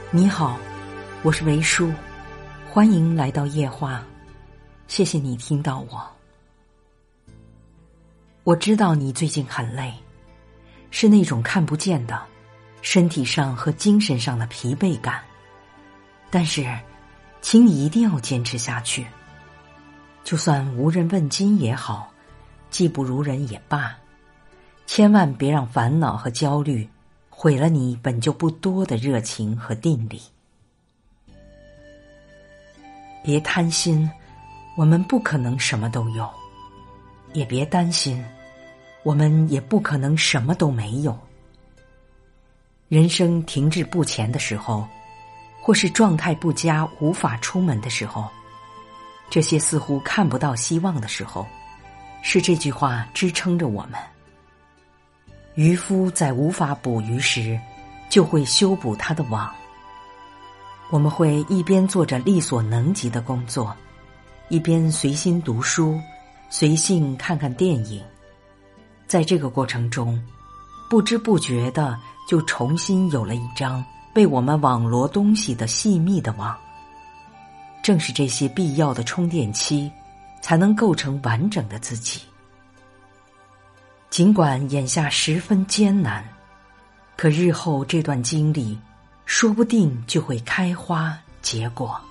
你好，我是维叔，欢迎来到夜话，谢谢你听到我。我知道你最近很累，是那种看不见的身体上和精神上的疲惫感，但是请你一定要坚持下去，就算无人问津也好，技不如人也罢，千万别让烦恼和焦虑毁了你本就不多的热情和定力。别贪心，我们不可能什么都有；也别担心，我们也不可能什么都没有。人生停滞不前的时候，或是状态不佳无法出门的时候，这些似乎看不到希望的时候，是这句话支撑着我们。渔夫在无法捕鱼时，就会修补他的网。我们会一边做着力所能及的工作，一边随心读书，随性看看电影。在这个过程中，不知不觉的就重新有了一张被我们网罗东西的细密的网。正是这些必要的充电期，才能构成完整的自己。尽管眼下十分艰难，可日后这段经历说不定就会开花结果。